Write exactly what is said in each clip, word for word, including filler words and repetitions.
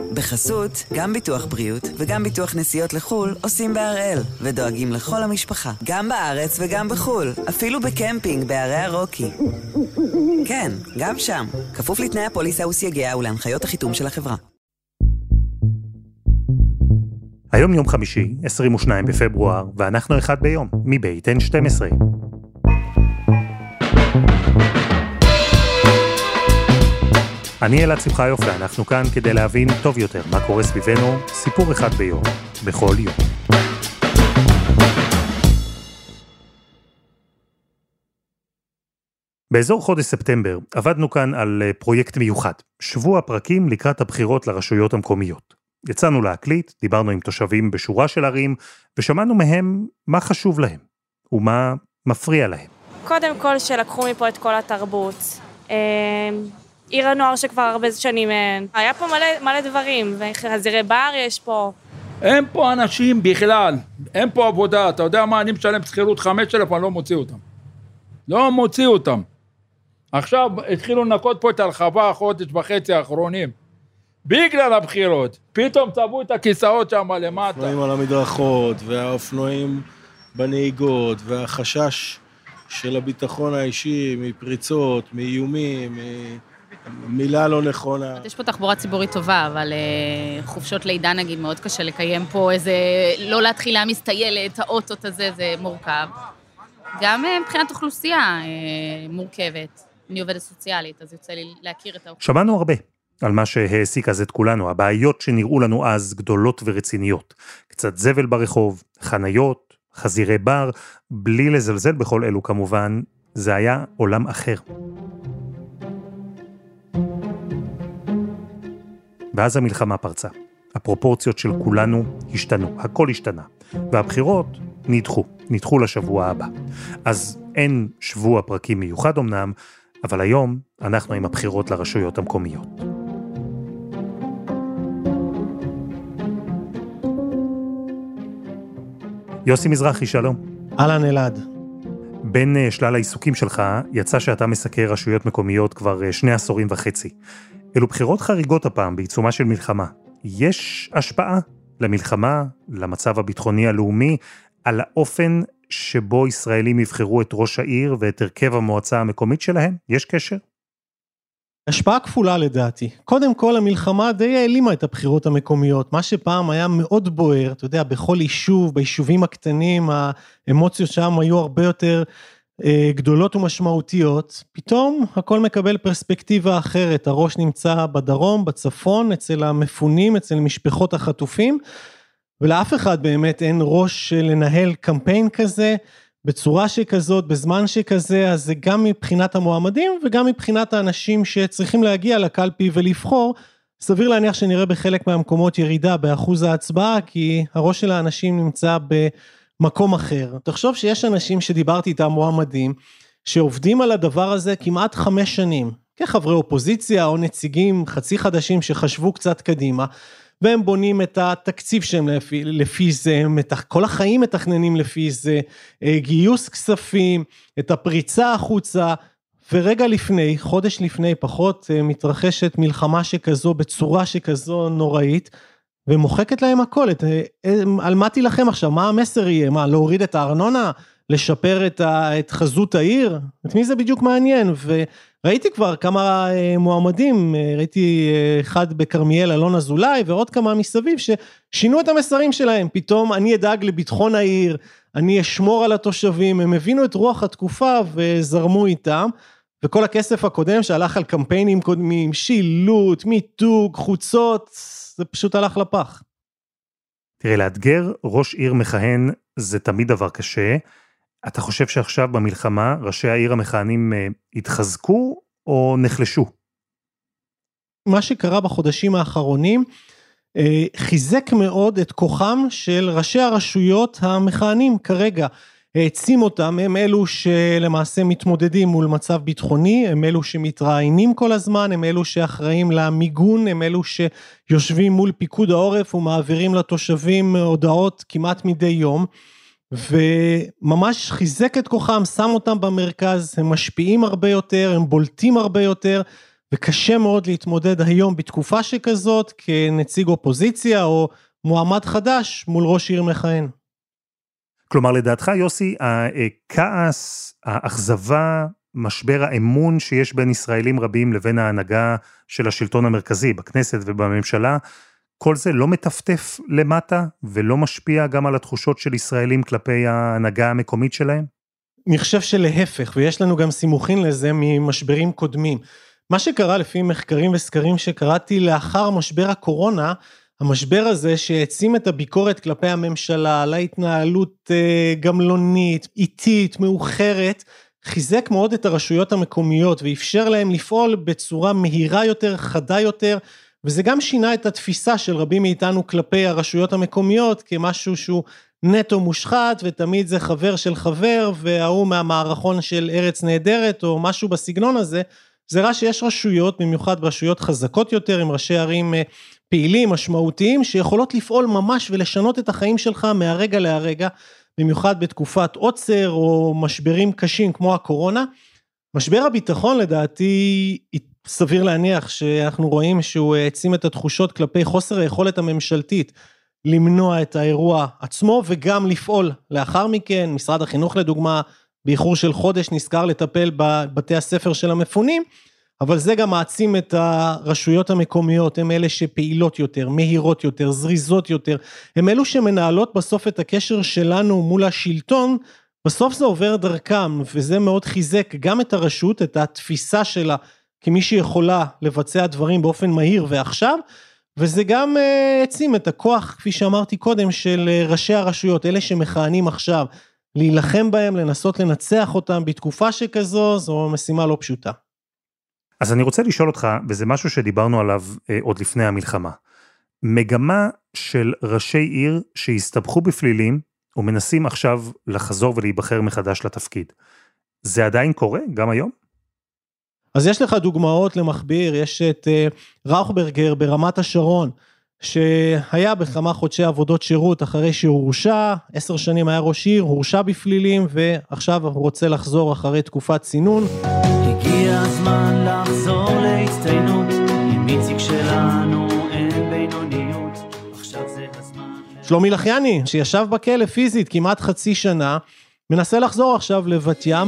בחסות, גם ביטוח בריאות וגם ביטוח נסיעות לחול עושים בהראל, ודואגים לכל המשפחה, גם בארץ וגם בחול, אפילו בקמפינג בערי הרוקי. כן, גם שם, כפוף לתנאי הפוליסה וסייגיה ולהנחיות החיתום של החברה. היום יום חמישי, עשרים ושניים בפברואר, ואנחנו אחד ביום, מבית אן שתים עשרה. אני אלעד שמחיוף, ואנחנו כאן כדי להבין טוב יותר מה קורה סביבנו, סיפור אחד ביום, בכל יום. באזור חודש ספטמבר עבדנו כאן על פרויקט מיוחד, שבוע פרקים לקראת הבחירות לרשויות המקומיות. יצאנו להקליט, דיברנו עם תושבים בשורה של ערים, ושמענו מהם מה חשוב להם, ומה מפריע להם. קודם כל שלקחו מפה את כל התרבות, עיר הנוער שכבר הרבה שנים אין, היה פה מלא, מלא דברים, וחזירי בר יש פה. אין פה אנשים בכלל, אין פה עבודה, אתה יודע מה, אני משלם שכירות חמש אלף, אני לא מוציא אותם. לא מוציא אותם. עכשיו התחילו לנקות פה את הרחבה החודש וחצי האחרונים. בגלל הבחירות, פתאום צבעו את הכיסאות שם למטה. אופנועים על המדרכות, והאופנועים בנהיגות, והחשש של הביטחון האישי מפריצות, מאיומים, מילה לא נכונה. יש פה תחבורה ציבורית טובה, אבל חופשות לידה נגיד מאוד קשה לקיים פה איזה, לא להתחיל להעמיס את הילד, האוטות הזה, זה מורכב. גם מבחינת אוכלוסייה מורכבת. אני עובדת סוציאלית, אז יוצא לי להכיר את האוכלוסייה. שמענו הרבה על מה שהעסיק אז את כולנו, הבעיות שנראו לנו אז גדולות ורציניות. קצת זבל ברחוב, חניות, חזירי בר, בלי לזלזל בכל אלו כמובן, זה היה עולם אחר. ואז המלחמה פרצה. הפרופורציות של כולנו השתנו, הכל השתנה. והבחירות נדחו, נדחו לשבוע הבא. אז אין שבוע פרקים מיוחד אמנם, אבל היום אנחנו עם הבחירות לרשויות המקומיות. יוסי מזרחי, שלום. אהלן אלעד. בין שלל העיסוקים שלך יצא שאתה מסקר רשויות מקומיות כבר שני עשורים וחצי. אלו בחירות חריגות הפעם בעיצומה של מלחמה. יש השפעה למלחמה, למצב הביטחוני הלאומי, על האופן שבו ישראלים יבחרו את ראש העיר ואת הרכב המועצה המקומית שלהם? יש קשר? השפעה כפולה לדעתי. קודם כל המלחמה די העלימה את הבחירות המקומיות, מה שפעם היה מאוד בוער, אתה יודע, בכל יישוב, ביישובים הקטנים, האמוציות שם היו הרבה יותר אה, גדולות ומשמעותיות, פתאום הכל מקבל פרספקטיבה אחרת, הראש נמצא בדרום, בצפון, אצל המפונים, אצל משפחות החטופים, ולאף אחד באמת אין ראש לנהל קמפיין כזה, בצורה שכזאת, בזמן שכזה, אז זה גם מבחינת המועמדים, וגם מבחינת האנשים שצריכים להגיע לקלפי ולבחור, סביר להניח שנראה בחלק מהמקומות ירידה באחוז ההצבעה, כי הראש של האנשים נמצא במקום אחר. תחשוב שיש אנשים שדיברתי איתם מועמדים, שעובדים על הדבר הזה כמעט חמש שנים, כחברי אופוזיציה או נציגים חצי חדשים שחשבו קצת קדימה, והם בונים את התקציב שהם לפי, לפי זה, כל החיים מתכננים לפי זה, גיוס כספים, את הפריצה החוצה, ורגע לפני, חודש לפני פחות, מתרחשת מלחמה שכזו, בצורה שכזו נוראית, ומוחקת להם הכל, את, על מה תילחם עכשיו, מה המסר יהיה, מה, להוריד את הארנונה, לשפר את, ה, את חזות העיר, את מי זה בדיוק מעניין, וראיתי כבר כמה מועמדים, ראיתי אחד בקרמיאל אלון אזולאי, ועוד כמה מסביב, ששינו את המסרים שלהם, פתאום אני אדאג לביטחון העיר, אני אשמור על התושבים, הם הבינו את רוח התקופה, וזרמו איתם, וכל הכסף הקודם שהלך על קמפיינים קודמים, שילוט, מיתוג, חוצות, זה פשוט הלך לפח. תראה, לאתגר ראש עיר מכהן זה תמיד דבר קשה. אתה חושב שעכשיו במלחמה ראשי העיר המכהנים התחזקו או נחלשו? מה שקרה בחודשים האחרונים חיזק מאוד את כוחם של ראשי הרשויות המכהנים כרגע. העצים אותם, הם אלו שלמעשה מתמודדים מול מצב ביטחוני, הם אלו שמתראיינים כל הזמן, הם אלו שאחראים למיגון, הם אלו שיושבים מול פיקוד העורף ומעבירים לתושבים הודעות כמעט מדי יום, וממש חיזק את כוחם, שם אותם במרכז, הם משפיעים הרבה יותר, הם בולטים הרבה יותר, וקשה מאוד להתמודד היום בתקופה שכזאת, כנציג אופוזיציה או מועמד חדש מול ראש עיר מכהן. כלומר, לדעתך, יוסי, הכעס, האכזבה, משבר האמון שיש בין ישראלים רבים לבין ההנהגה של השלטון המרכזי, בכנסת ובממשלה, כל זה לא מטפטף למטה, ולא משפיע גם על התחושות של ישראלים כלפי ההנהגה המקומית שלהם? אני חושב שלהפך, ויש לנו גם סימוכין לזה ממשברים קודמים. מה שקרה לפי מחקרים וסקרים שקראתי לאחר משבר הקורונה, המשבר הזה שהעצים את הביקורת כלפי הממשלה, על ההתנהלות גמלונית, איטית, מאוחרת, חיזק מאוד את הרשויות המקומיות, ואפשר להם לפעול בצורה מהירה יותר, חדה יותר, וזה גם שינה את התפיסה של רבים מאיתנו כלפי הרשויות המקומיות, כמשהו שהוא נטו מושחת, ותמיד זה חבר של חבר, והוא מהמערכון של ארץ נהדרת, או משהו בסגנון הזה. זה רע שיש רשויות, במיוחד רשויות חזקות יותר, עם ראשי ערים פעילים, משמעותיים, שיכולות לפעול ממש ולשנות את החיים שלך מהרגע להרגע, במיוחד בתקופת עוצר או משברים קשים כמו הקורונה. משבר הביטחון לדעתי סביר להניח שאנחנו רואים שהוא העצים את התחושות כלפי חוסר היכולת הממשלתית למנוע את האירוע עצמו וגם לפעול לאחר מכן. משרד החינוך לדוגמה באיחור של חודש נזכר לטפל בבתי הספר של המפונים, אבל זה גם מעצים את הרשויות המקומיות, הם אלה שפעילות יותר, מהירות יותר, זריזות יותר, הם אלו שמנהלות בסוף את הקשר שלנו מול השלטון, בסוף זה עובר דרכם, וזה מאוד חיזק גם את הרשות, את התפיסה שלה, כמי שיכולה לבצע דברים באופן מהיר ועכשיו, וזה גם העצים את הכוח, כפי שאמרתי קודם, של ראשי הרשויות, אלה שמכהנים עכשיו, להילחם בהם, לנסות לנצח אותם בתקופה שכזו, זו משימה לא פשוטה. אז אני רוצה לשאול אותך, וזה משהו שדיברנו עליו אה, עוד לפני המלחמה, מגמה של ראשי עיר שהסתבכו בפלילים, ומנסים עכשיו לחזור ולהיבחר מחדש לתפקיד. זה עדיין קורה, גם היום? אז יש לך דוגמאות למכביר, יש את אה, ראוכברגר ברמת השרון, שהיה בכמה חודשי עבודות שירות אחרי שהורשע, עשר שנים היה ראש עיר, הורשע בפלילים, ועכשיו הוא רוצה לחזור אחרי תקופת צינון. הגיע הזמן לחזור להצטיינות, עם איציק שלנו אין בינוניות, עכשיו זה הזמן... שלומי לחייני, שישב בכלא פיזית כמעט חצי שנה, מנסה לחזור עכשיו לבת ים.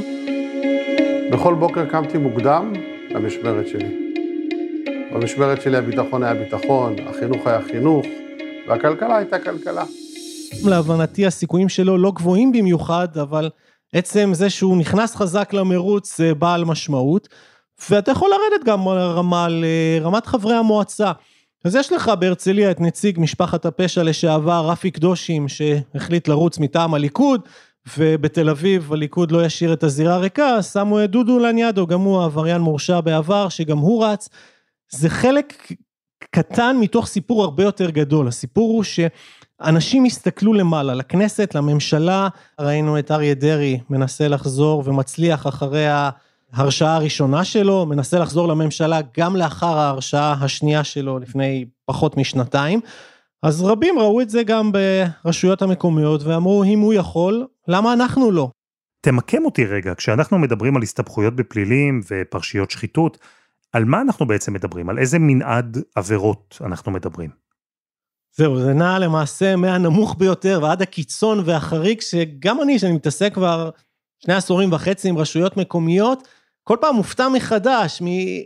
בכל בוקר קמתי מוקדם למשמרת שלי. במשמרת שלי הביטחון היה ביטחון, החינוך היה חינוך, והכלכלה הייתה כלכלה. להבנתי הסיכויים שלו לא גבוהים במיוחד, אבל עצם זה שהוא נכנס חזק למרוץ זה בעל משמעות, ואתה יכול לרדת גם לרמה, לרמת חברי המועצה. אז יש לך בהרצליה את נציג משפחת הפשע לשעבר, רפי קדושים, שהחליט לרוץ מטעם הליכוד, ובתל אביב הליכוד לא ישאיר את הזירה ריקה, שמו את דודו לניאדו, גם הוא עבריין מורשע בעבר, שגם הוא רץ. זה חלק קטן מתוך סיפור הרבה יותר גדול. הסיפור הוא שאנשים הסתכלו למעלה, לכנסת, לממשלה, ראינו את אריה דרעי מנסה לחזור ומצליח אחרי ההרשעה הראשונה שלו, מנסה לחזור לממשלה גם לאחר ההרשעה השנייה שלו לפני פחות משנתיים, אז רבים ראו את זה גם ברשויות המקומיות ואמרו, אם הוא יכול, למה אנחנו לא? תמקם אותי רגע, כשאנחנו מדברים על הסתבכויות בפלילים ופרשיות שחיתות, על מה אנחנו בעצם מדברים? על איזה מנעד עבירות אנחנו מדברים? זהו, זה נע למעשה מהנמוך ביותר ועד הקיצון והחריג, שגם אני, שאני מתעסק כבר שני עשורים וחצי עם רשויות מקומיות, כל פעם מופתע מחדש,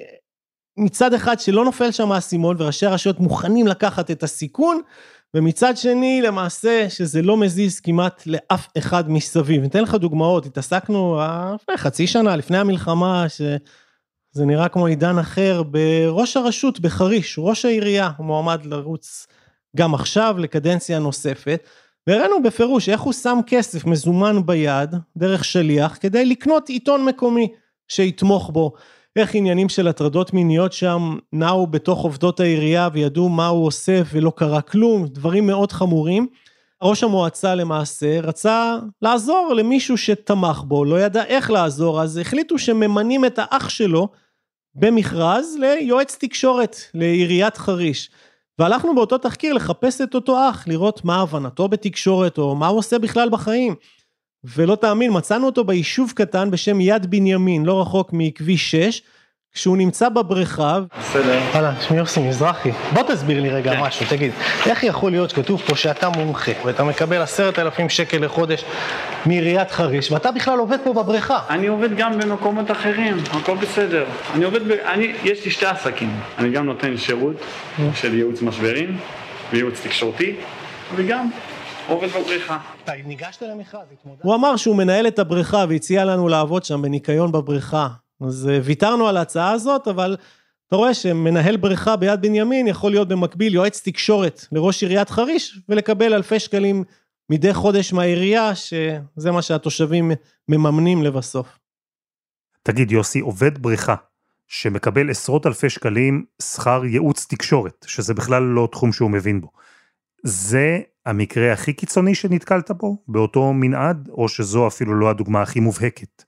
מצד אחד שלא נופל שם האסימון, וראשי הרשויות מוכנים לקחת את הסיכון, ומצד שני למעשה שזה לא מזיז כמעט לאף אחד מסביב. ניתן לך דוגמאות, התעסקנו חצי שנה לפני המלחמה, ש... זה נראה כמו עידן אחר, בראש הרשות בחריש, ראש העירייה, הוא מועמד לרוץ גם עכשיו לקדנציה נוספת, והראינו בפירוש איך הוא שם כסף מזומן ביד, דרך שליח, כדי לקנות עיתון מקומי שיתמוך בו, איך עניינים של הטרדות מיניות שם נעו בתוך עובדות העירייה, וידעו מה הוא עושה ולא קרה כלום, דברים מאוד חמורים. ראש המועצה למעשה רצה לעזור למישהו שתמך בו, לא ידע איך לעזור, אז החליטו שממנים את האח שלו במכרז ליועץ תקשורת, לעיריית חריש. והלכנו באותו תחקיר לחפש את אותו אח, לראות מה הבנתו בתקשורת, או מה הוא עושה בכלל בחיים. ולא תאמין, מצאנו אותו ביישוב קטן בשם יד בנימין, לא רחוק מכביש שש, כשהוא נמצא בבריכה. בסדר. הלאה, שמי יוסי מזרחי. בוא תסביר לי רגע משהו, תגיד, איך יכול להיות שכתוב פה שאתה מומחה, ואתה מקבל עשרת אלפים שקל לחודש מעיריית חריש, ואתה בכלל עובד פה בבריכה? אני עובד גם במקומות אחרים, הכל בסדר. אני עובד, ב... אני, יש לי שתי עסקים. אני גם נותן שירות של ייעוץ משברים, וייעוץ תקשורתי, וגם עובד בבריכה. אתה ניגשת למכרז, התמודד? הוא אמר שהוא מנהל את הבריכה, והציע לנו לעבוד שם בניקיון בבריכה. אז ויתרנו על ההצעה הזאת, אבל אתה רואה שמנהל בריכה ביד בנימין יכול להיות במקביל יועץ תקשורת לראש עיריית חריש, ולקבל אלפי שקלים מדי חודש מהעירייה, שזה מה שהתושבים מממנים לבסוף. תגיד, יוסי, עובד בריכה שמקבל עשרות אלפי שקלים שכר ייעוץ תקשורת, שזה בכלל לא תחום שהוא מבין בו. זה המקרה הכי קיצוני שנתקלת בו, באותו מנעד, או שזו אפילו לא הדוגמה הכי מובהקת?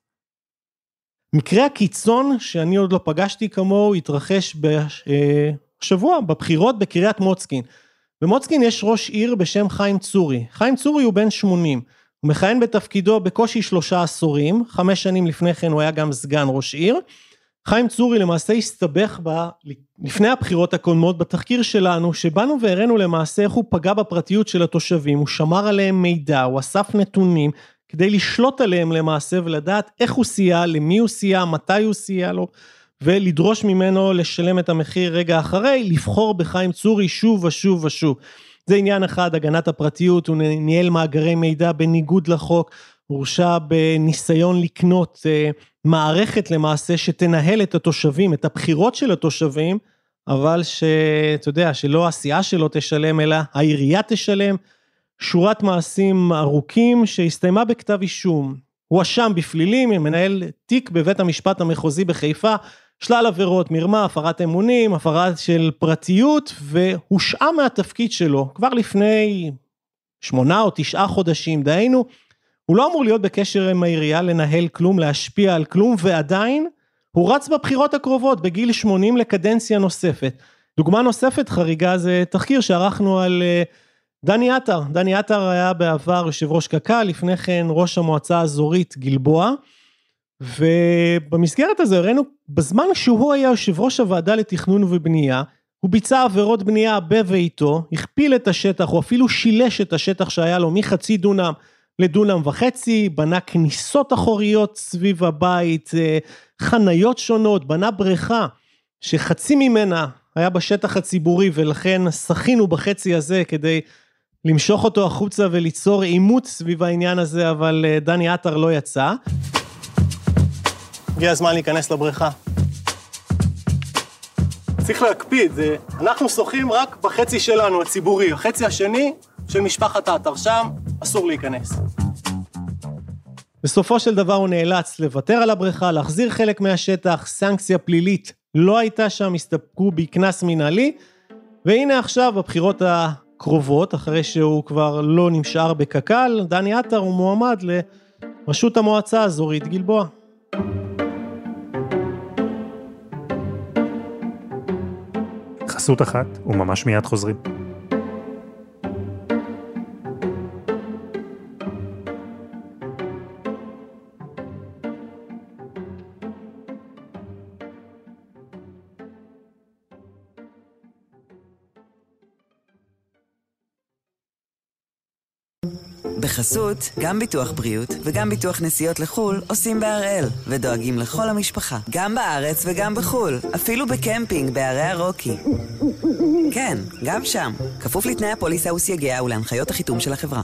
מקרה הקיצון שאני עוד לא פגשתי כמוהו, התרחש בשבוע, בבחירות בקריית מוצקין. במוצקין יש ראש עיר בשם חיים צורי. חיים צורי הוא בן שמונים. הוא מכהן בתפקידו בקושי שלושה עשורים, חמש שנים לפני כן הוא היה גם סגן ראש עיר. חיים צורי למעשה הסתבך ב... לפני הבחירות הקודמות בתחקיר שלנו, שבאנו והראינו למעשה איך הוא פגע בפרטיות של התושבים, הוא שמר עליהם מידע, הוא אסף נתונים, כדי לשלוט עליהם למעשה ולדעת איך הוא סייע, למי הוא סייע, מתי הוא סייע לו, ולדרוש ממנו לשלם את המחיר רגע אחרי, לבחור בחיים צורי שוב ושוב ושוב. זה עניין אחד, הגנת הפרטיות, הוא ניהל מאגרי מידע בניגוד לחוק, הוא הורשע בניסיון לקנות אה, מערכת למעשה שתנהל את התושבים, את הבחירות של התושבים, אבל שאתה יודע, שלא הסיעה שלו תשלם, אלא העירייה תשלם, שורת מעשים ארוכים שהסתיימה בכתב אישום. הוא אשם בפלילים, מנהל תיק בבית המשפט המחוזי בחיפה, שלל עבירות, מרמה, הפרת אמונים, הפרת של פרטיות, והושעה מהתפקיד שלו, כבר לפני שמונה או תשעה חודשים, דהיינו, הוא לא אמור להיות בקשר עם העירייה, לנהל כלום, להשפיע על כלום, ועדיין הוא רץ בבחירות הקרובות, בגיל שמונים לקדנציה נוספת. דוגמה נוספת חריגה זה תחקיר שערכנו על דני עטר. דני עטר היה בעבר יושב ראש קק"ל, לפני כן ראש המועצה האזורית גלבוע, ובמסגרת הזה הראינו, בזמן שהוא היה יושב ראש הוועדה לתכנון ובנייה, הוא ביצע עבירות בנייה בביתו, הכפיל את השטח, או אפילו שילש את השטח שהיה לו מחצי דונם לדונם וחצי, בנה כניסות אחוריות סביב הבית, חניות שונות, בנה בריכה, שחצי ממנה היה בשטח הציבורי, ולכן שחינו בחצי הזה כדי למשוך אותו החוצה וליצור עימות סביב העניין הזה, אבל דני עטר לא יצא. הגיע הזמן להיכנס לבריכה. צריך להקפיד, אנחנו שוחים רק בחצי שלנו, הציבורי, החצי השני של משפחת עטר, שם אסור להיכנס. בסופו של דבר הוא נאלץ לוותר על הבריכה, להחזיר חלק מהשטח, סנקציה פלילית לא הייתה שם, הסתפקו בקנס מנהלי, והנה עכשיו הבחירות הקרובות, אחרי שהוא כבר לא נשאר בקק"ל, דני עטר הוא מועמד לראשות המועצה האזורית גלבוע. חסות אחת, וממש מיד חוזרים. בחסות, גם ביטוח בריאות וגם ביטוח נסיעות לחול עושים בהראל, ודואגים לכל המשפחה, גם בארץ וגם בחול, אפילו בקמפינג בערי הרוקי. כן, גם שם, כפוף לתנאי הפוליסה וסייגיה ולהנחיות החיתום של החברה.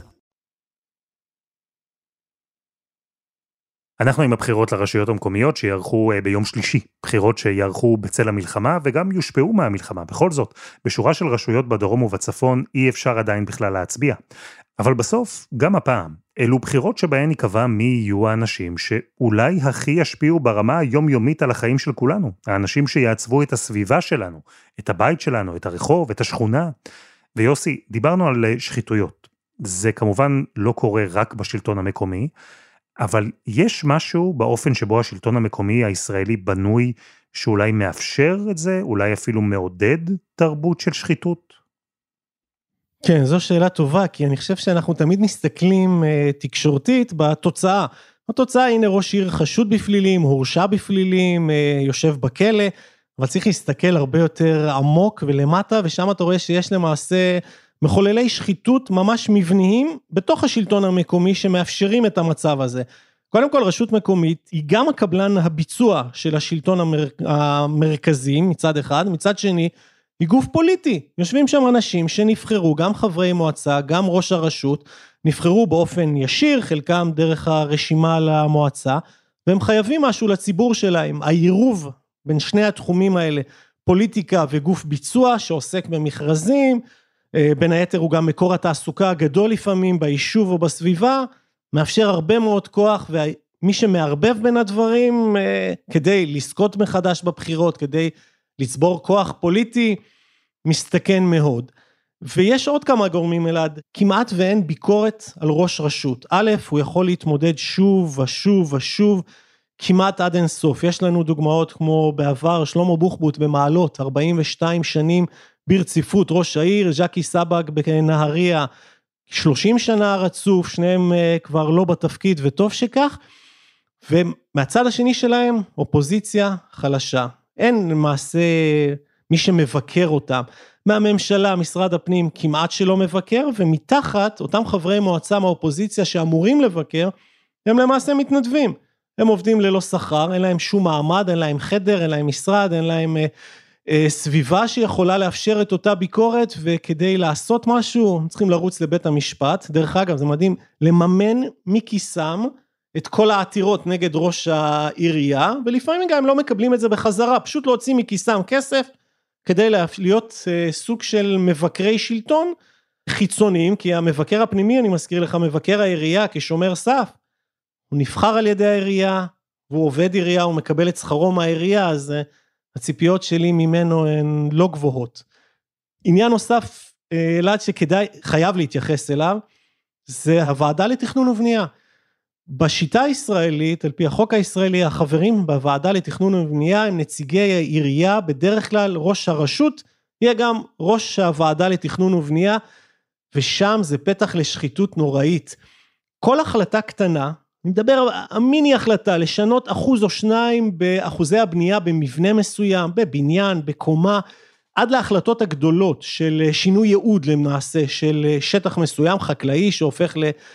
אנחנו עם הבחירות לרשויות המקומיות שיערכו ביום שלישי, בחירות שיערכו בצל המלחמה וגם יושפעו מהמלחמה. בכל זאת, בשורה של רשויות בדרום ובצפון אי אפשר עדיין בכלל להצביע. אבל בסוף, גם הפעם, אלו בחירות שבהן יקבע מי יהיו האנשים שאולי הכי ישפיעו ברמה היומיומית על החיים של כולנו. האנשים שיעצבו את הסביבה שלנו, את הבית שלנו, את הרחוב, את השכונה. ויוסי, דיברנו על שחיתויות. זה כמובן לא קורה רק בשלטון המקומי, אבל יש משהו באופן שבו השלטון המקומי הישראלי בנוי, שאולי מאפשר את זה, אולי אפילו מעודד תרבות של שחיתות? כן, זו שאלה טובה, כי אני חושב שאנחנו תמיד מסתכלים uh, תקשורתית בתוצאה. התוצאה, הנה ראש עיר חשוד בפלילים, הורשע בפלילים, יושב בכלא, אבל צריך להסתכל הרבה יותר עמוק ולמטה, ושם אתה רואה שיש למעשה מחוללי שחיתות ממש מבניים, בתוך השלטון המקומי שמאפשרים את המצב הזה. קודם כל, רשות מקומית היא גם הקבלן הביצוע של השלטון המר... המרכזי מצד אחד, מצד שני, היא גוף פוליטי. יושבים שם אנשים שנבחרו, גם חברי מועצה, גם ראש הרשות, נבחרו באופן ישיר, חלקם דרך הרשימה למועצה, והם חייבים משהו לציבור שלהם. העירוב בין שני התחומים האלה, פוליטיקה וגוף ביצוע שעוסק במכרזים, בין היתר הוא גם מקור התעסוקה הגדול לפעמים ביישוב או בסביבה, מאפשר הרבה מאוד כוח, ומי שמערבב בין הדברים, כדי לזכות מחדש בבחירות, כדי לצבור כוח פוליטי, מסתכן מאוד. ויש עוד כמה גורמים אלעד, כמעט ואין ביקורת על ראש רשות. א', הוא יכול להתמודד שוב ושוב ושוב, כמעט עד אין סוף. יש לנו דוגמאות כמו בעבר, שלמה בוחבוט במעלות, ארבעים ושתיים שנים ברציפות, ראש העיר, ז'קי סבג בנהריה, שלושים שנה רצוף, שניהם כבר לא בתפקיד, וטוב שכך, ומהצד השני שלהם, אופוזיציה חלשה. אין למעשה מי שמבקר אותם. מהממשלה, משרד הפנים כמעט שלא מבקר, ומתחת אותם חברי מועצה מהאופוזיציה שאמורים לבקר, הם למעשה מתנדבים. הם עובדים ללא שכר, אין להם שום מעמד, אין להם חדר, אין להם משרד, אין להם אה, אה, סביבה שיכולה לאפשר את אותה ביקורת, וכדי לעשות משהו, הם צריכים לרוץ לבית המשפט. דרך אגב, זה מדהים, לממן מכיסם את כל העתירות נגד ראש העירייה, ולפעמים גם הם לא מקבלים את זה בחזרה, פשוט להוציא מכיסם כסף, כדי להיות אה, סוג של מבקרי שלטון חיצוניים, כי המבקר הפנימי, אני מזכיר לך, מבקר העירייה כשומר סף, הוא נבחר על ידי העירייה, והוא עובד עירייה, הוא מקבל את שכרו מהעירייה, אז uh, הציפיות שלי ממנו הן לא גבוהות. עניין נוסף, אלעד, שכדאי, חייב להתייחס אליו, זה הוועדה לתכנון ובנייה. בשיטה הישראלית, על פי החוק הישראלי, החברים בוועדה לתכנון ובנייה, הם נציגי העירייה, בדרך כלל ראש הרשות, יהיה גם ראש הוועדה לתכנון ובנייה, ושם זה פתח לשחיתות נוראית. כל החלטה קטנה, אני מדבר על המיני החלטה, לשנות אחוז או שניים באחוזי הבנייה במבנה מסוים, בבניין, בקומה, עד להחלטות הגדולות של שינוי ייעוד למעשה, של שטח מסוים חקלאי שהופך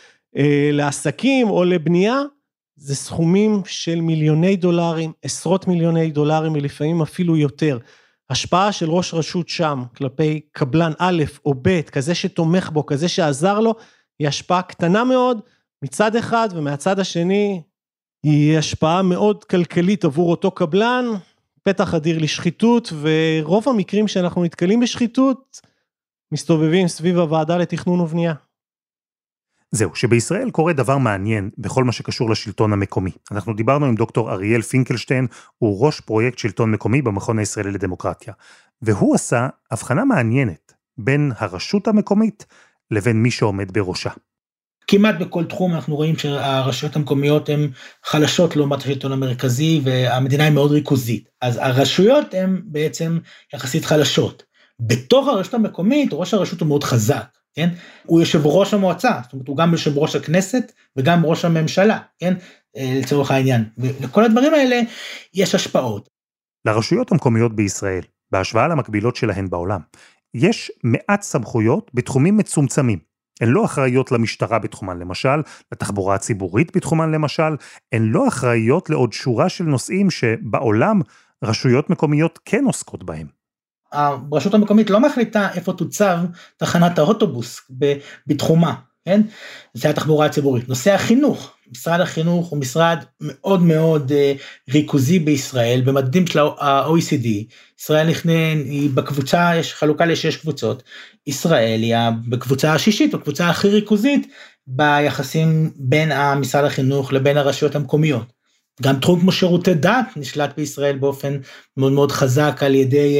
לעסקים או לבנייה, זה סכומים של מיליוני דולרים, עשרות מיליוני דולרים, ולפעמים אפילו יותר. השפעה של ראש רשות שם, כלפי קבלן א' או ב', כזה שתומך בו, כזה שעזר לו, היא השפעה קטנה מאוד, מצד אחד, ומהצד השני, היא השפעה מאוד כלכלית עבור אותו קבלן, פתח אדיר לשחיתות, ורוב המקרים שאנחנו נתקלים בשחיתות, מסתובבים סביב הוועדה לתכנון ובנייה. זהו, שבישראל קורה דבר מעניין בכל מה שקשור לשלטון המקומי. אנחנו דיברנו עם דוקטור אריאל פינקלשטיין, הוא ראש פרויקט שלטון מקומי במכון הישראלי לדמוקרטיה, והוא עשה הבחנה מעניינת בין הרשות המקומית לבין מי שעומד בראשה. כמעט בכל תחום אנחנו רואים שהרשויות המקומיות הן חלשות לעומת השלטון המרכזי, והמדינה היא מאוד ריכוזית. אז הרשויות הן בעצם יחסית חלשות. בתוך הרשות המקומית, ראש הרשות הוא מאוד חזק, כן? הוא יושב ראש המועצה, זאת אומרת, הוא גם יושב ראש הכנסת, וגם ראש הממשלה, כן? לצורך העניין. ולכל הדברים האלה יש השפעות. לרשויות המקומיות בישראל, בהשוואה למקבילות שלהן בעולם, יש מעט סמכויות בתחומים מצומצמים. הן לא אחראיות למשטרה בתחומן למשל, לתחבורה הציבורית בתחומן למשל, הן לא אחראיות לעוד שורה של נושאים שבעולם רשויות מקומיות כן עוסקות בהם. הרשות המקומית לא מחליטה איפה תוצב תחנת האוטובוס בתחומה, כן? זה התחבורה הציבורית. נושא החינוך, משרד החינוך הוא משרד מאוד מאוד ריכוזי בישראל, במדדים של ה-או אי סי די, ישראל היא בקבוצה, יש חלוקה לשש קבוצות, ישראל היא בקבוצה השישית, או קבוצה הכי ריכוזית, ביחסים בין המשרד החינוך לבין הרשויות המקומיות. גם תחום כמו שירותי דת נשלט בישראל באופן מאוד מאוד חזק על ידי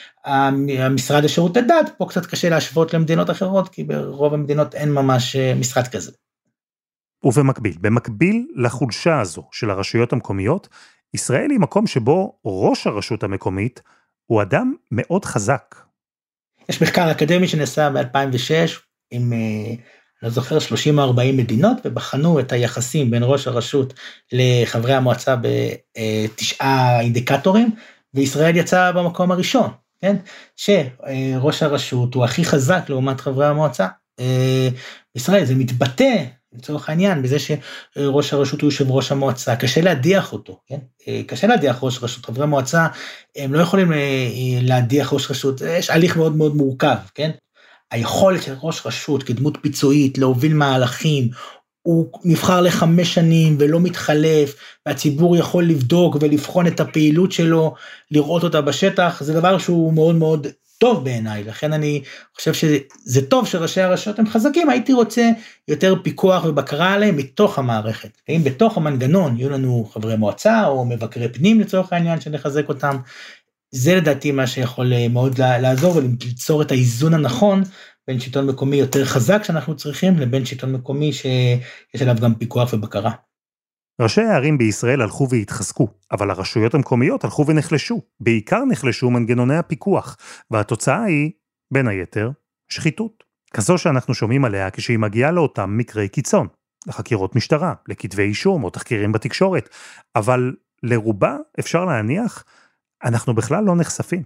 המשרד לשירותי דת, פה קצת קשה להשוות למדינות אחרות, כי ברוב המדינות אין ממש משרד כזה. ובמקביל, במקביל לחולשה הזו של הרשויות המקומיות, ישראל היא מקום שבו ראש הרשות המקומית הוא אדם מאוד חזק. יש מחקר אקדמי שנעשה ב-אלפיים ושש עם אני זוכר שלושים או ארבעים מדינות, ובחנו את היחסים בין ראש הרשות לחברי המועצה בתשעה אינדיקטורים, וישראל יצאה במקום הראשון, כן? שראש הרשות הוא הכי חזק לעומת חברי המועצה. ישראל זה מתבטא, לצורך העניין, בזה שראש הרשות הוא יושב ראש המועצה, קשה להדיח אותו, כן? קשה להדיח ראש רשות, חברי המועצה, הם לא יכולים להדיח ראש רשות, יש הליך מאוד מאוד מורכב, כן? היכולת של ראש רשות, כדמות ביצועית, להוביל מהלכים, הוא נבחר לחמש שנים ולא מתחלף, והציבור יכול לבדוק ולבחון את הפעילות שלו, לראות אותה בשטח, זה דבר שהוא מאוד מאוד טוב בעיניי, לכן אני חושב שזה טוב שראשי הרשויות הם חזקים, הייתי רוצה יותר פיקוח ובקרה עליהם מתוך המערכת, אם בתוך המנגנון יהיו לנו חברי מועצה או מבקרי פנים לצורך העניין שנחזק אותם, זה לדעתי מה שיכול מאוד לעזור וליצור את האיזון הנכון בין שלטון מקומי יותר חזק שאנחנו צריכים לבין שלטון מקומי שיש עליו גם פיקוח ובקרה. ראשי הערים בישראל הלכו והתחזקו, אבל הרשויות המקומיות הלכו ונחלשו, בעיקר נחלשו מנגנוני הפיקוח, והתוצאה היא, בין היתר, שחיתות. כזו שאנחנו שומעים עליה כשהיא מגיעה לאותם מקרי קיצון, לחקירות משטרה, לכתבי אישום או תחקירים בתקשורת, אבל לרובה אפשר להניח, אנחנו בכלל לא נחשפים.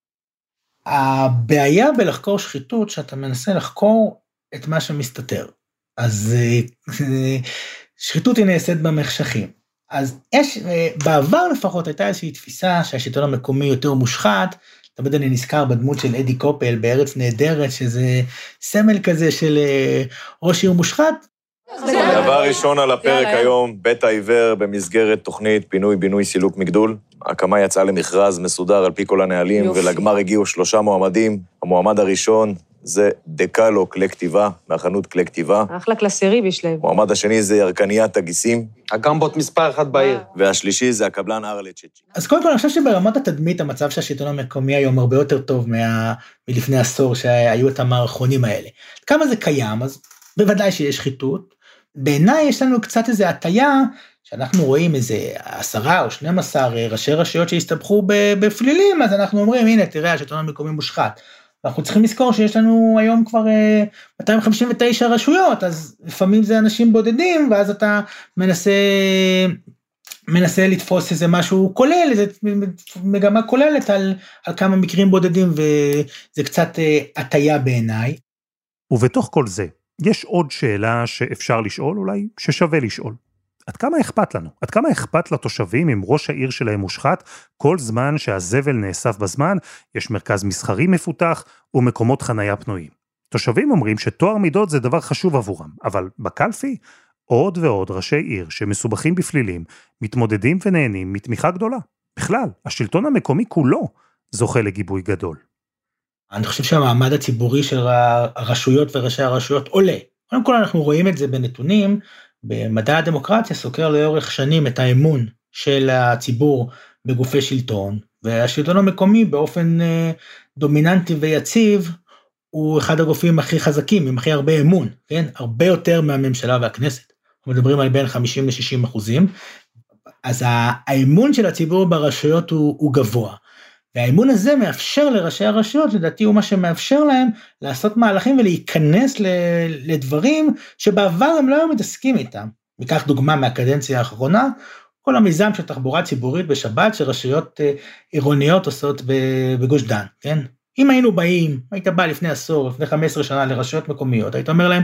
הבעיה בלחקור שחיתות, שאתה מנסה לחקור את מה שמסתתר. אז שחיתות היא נעשית במחשכים. אז יש, בעבר לפחות הייתה איזושהי תפיסה שהשלטון המקומי יותר מושחת, תמיד אני נזכר בדמות של אדי קופל בארץ נהדרת, שזה סמל כזה של ראש עיר מושחת. דבר ראשון על הפרק היום, בית העיוור במסגרת תוכנית פינוי-בינוי סילוק מגדול. ההקמה יצאה למכרז מסודר על פי כל הנהלים, ולגמר הגיעו שלושה מועמדים. המועמד הראשון זה דקלו כלי כתיבה, מהחנות כלי כתיבה. אחלה קלסרי בשלב. המועמד השני זה ירקניית הגיסים. הגמבות מספר אחת בעיר. והשלישי זה הקבלן ארלצ'צ'י. אז קודם כל אני חושב שברמת התדמית, המצב שהשלטון המקומי היום הרבה יותר טוב מה... מלפני עשור שהיו את המערכונים האלה. כמה זה קיים, אז בוודאי שיש שחיתות. בעיניי יש לנו קצת איזו הטיה, שאנחנו רואים איזה עשרה או שנים עשר ראשי רשויות שהסתבכו בפלילים, אז אנחנו אומרים, הנה, תראה, השלטון המקומי מושחת. אנחנו צריכים לזכור שיש לנו היום כבר מאתיים חמישים ותשע רשויות, אז לפעמים זה אנשים בודדים, ואז אתה מנסה, מנסה לתפוס איזה משהו כולל, איזה מגמה כוללת על, על כמה מקרים בודדים, וזה קצת הטיה בעיניי. ובתוך כל זה, יש עוד שאלה שאפשר לשאול, אולי ששווה לשאול. עד כמה אכפת לנו? עד כמה אכפת לתושבים אם ראש העיר שלהם מושחת, כל זמן שהזבל נאסף בזמן, יש מרכז מסחרי מפותח ומקומות חנייה פנויים. תושבים אומרים שתואר מידות זה דבר חשוב עבורם, אבל בקלפי עוד ועוד ראשי עיר שמסובכים בפלילים, מתמודדים ונהנים מתמיכה גדולה. בכלל, השלטון המקומי כולו זוכה לגיבוי גדול. אני חושב שהמעמד הציבורי של הרשויות וראשי הרשויות עולה. קודם כל אנחנו רואים את זה בנתונים, במדע הדמוקרטיה סוקר לאורך שנים את האמון של הציבור בגופי שלטון, והשלטון המקומי באופן דומיננטי ויציב, הוא אחד הגופים הכי חזקים, עם הכי הרבה אמון, כן? הרבה יותר מהממשלה והכנסת. אנחנו מדברים על בין חמישים לשישים אחוזים, אז האמון של הציבור ברשויות הוא, הוא גבוה. והאמון הזה מאפשר לראשי הרשויות, לדעתי הוא מה שמאפשר להם לעשות מהלכים ולהיכנס לדברים שבעבר הם לא היו מתעסקים איתם. ניקח דוגמה מהקדנציה האחרונה, כל המיזם של תחבורה ציבורית בשבת שרשויות עירוניות עושות בגוש דן, כן? אם היינו באים, היית בא לפני עשור, לפני חמש עשרה שנה לרשויות מקומיות, היית אומר להם,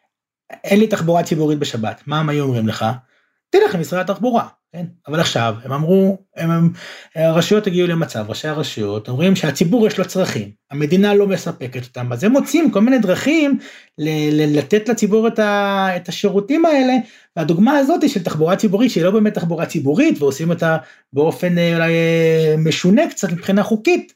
אין לי תחבורה ציבורית בשבת, מה הם היו אומרים לך? תלך למשרד התחבורה. כן? אבל עכשיו הם אמרו, הם, הם, הרשויות הגיעו למצב, ראשי הרשויות אומרים שהציבור יש לו צרכים, המדינה לא מספקת אותם, אז הם מוצאים כל מיני דרכים ל, ל, לתת לציבור את, ה, את השירותים האלה, והדוגמה הזאת של תחבורה ציבורית, שהיא לא באמת תחבורה ציבורית, ועושים אותה באופן אולי משונה קצת מבחינה חוקית,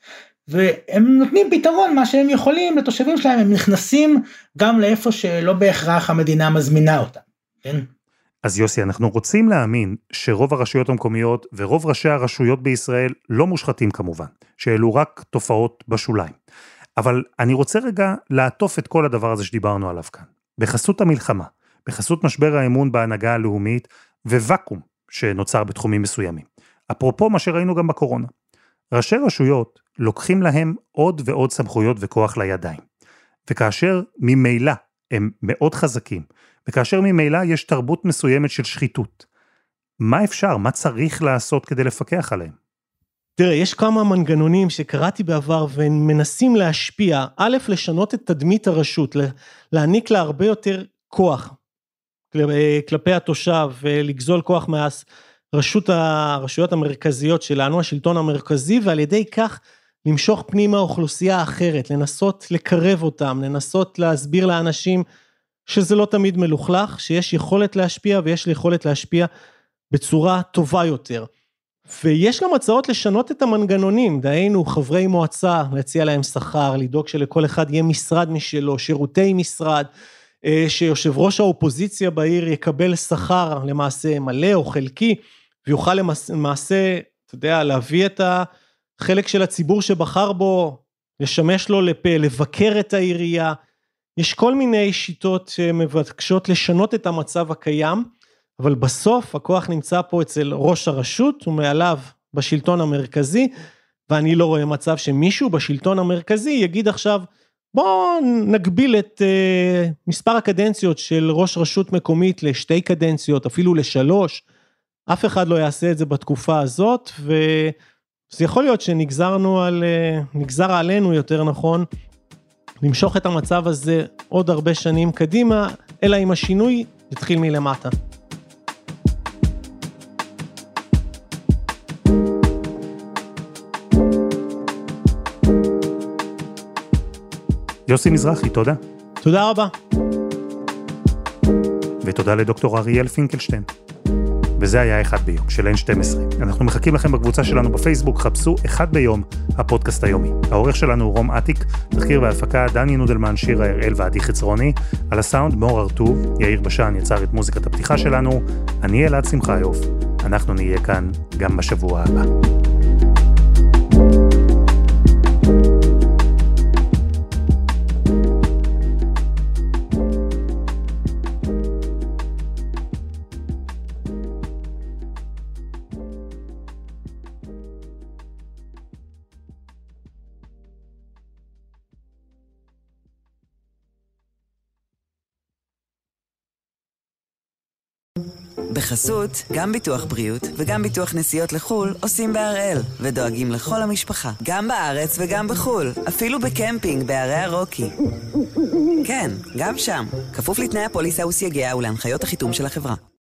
והם נותנים פתרון מה שהם יכולים לתושבים שלהם, הם נכנסים גם לאיפה שלא בהכרח המדינה מזמינה אותם, כן? אז יוסי, אנחנו רוצים להאמין שרוב הרשויות המקומיות ורוב ראשי הרשויות בישראל לא מושחתים כמובן, שאלו רק תופעות בשוליים. אבל אני רוצה רגע לעטוף את כל הדבר הזה שדיברנו עליו כאן. בחסות המלחמה, בחסות משבר האמון בהנהגה הלאומית וואקום שנוצר בתחומים מסוימים. אפרופו מה שראינו גם בקורונה. ראשי רשויות לוקחים להם עוד ועוד סמכויות וכוח לידיים. וכאשר ממילא הם מאוד חזקים, וכאשר ממילא יש תרבות מסוימת של שחיתות. מה אפשר, מה צריך לעשות כדי לפקח עליהם? תראה, יש כמה מנגנונים שקראתי בעבר ומנסים להשפיע, א', לשנות את תדמית הרשות, להעניק לה הרבה יותר כוח כלפי התושב, ולגזול כוח מהרשות, הרשויות המרכזיות שלנו, השלטון המרכזי, ועל ידי כך למשוך פנימה אוכלוסייה אחרת, לנסות לקרב אותם, לנסות להסביר לאנשים שזה לא תמיד מלוכלך, שיש יכולת להשפיע ויש יכולת להשפיע בצורה טובה יותר. ויש גם הצעות לשנות את המנגנונים, דהיינו חברי מועצה, להציע להם שכר, לדאוג שלכל אחד יהיה משרד משלו, שירותי משרד, שיושב ראש האופוזיציה בעיר יקבל שכר למעשה מלא או חלקי, ויוכל למעשה, אתה יודע, להביא את החלק של הציבור שבחר בו, לשמש לו לפה, לבקר את העירייה. יש כל מיני שיטות שמבקשות לשנות את המצב הקיים, אבל בסוף הכוח נמצא פה אצל ראש הרשות, ומעליו בשלטון המרכזי, ואני לא רואה מצב שמישהו בשלטון המרכזי יגיד עכשיו, בואו נגביל את uh, מספר הקדנציות של ראש רשות מקומית לשתי קדנציות, אפילו לשלוש, אף אחד לא יעשה את זה בתקופה הזאת, וזה יכול להיות שנגזרנו על, uh, נגזר עלינו יותר נכון, למשוך את המצב הזה עוד הרבה שנים קדימה, אלא אם השינוי יתחיל מלמטה. יוסי מזרחי, תודה. תודה רבה. ותודה לדוקטור אריאל פינקלשטיין. וזה היה אחד ביום של אן שתים עשרה. אנחנו מחכים לכם בקבוצה שלנו בפייסבוק, חפשו אחד ביום, הפודקאסט היומי. העורך שלנו הוא רום עתיק, תחקיר והפקה דני נודלמן, שירה הראל ועדי חצרוני, על הסאונד מור ארטוב, יאיר בשן יצר את מוזיקת הפתיחה שלנו, אני אלעד שמחיוף, אנחנו נהיה כאן גם בשבוע הבא. בחסות, גם ביטוח בריאות וגם ביטוח נסיעות לחול עושים בהראל, ודואגים לכל המשפחה, גם בארץ וגם בחול, אפילו בקמפינג בערי הרוקי. כן, גם שם, כפוף לתנאי הפוליסה וסייגיה ולהנחיות החיתום של החברה.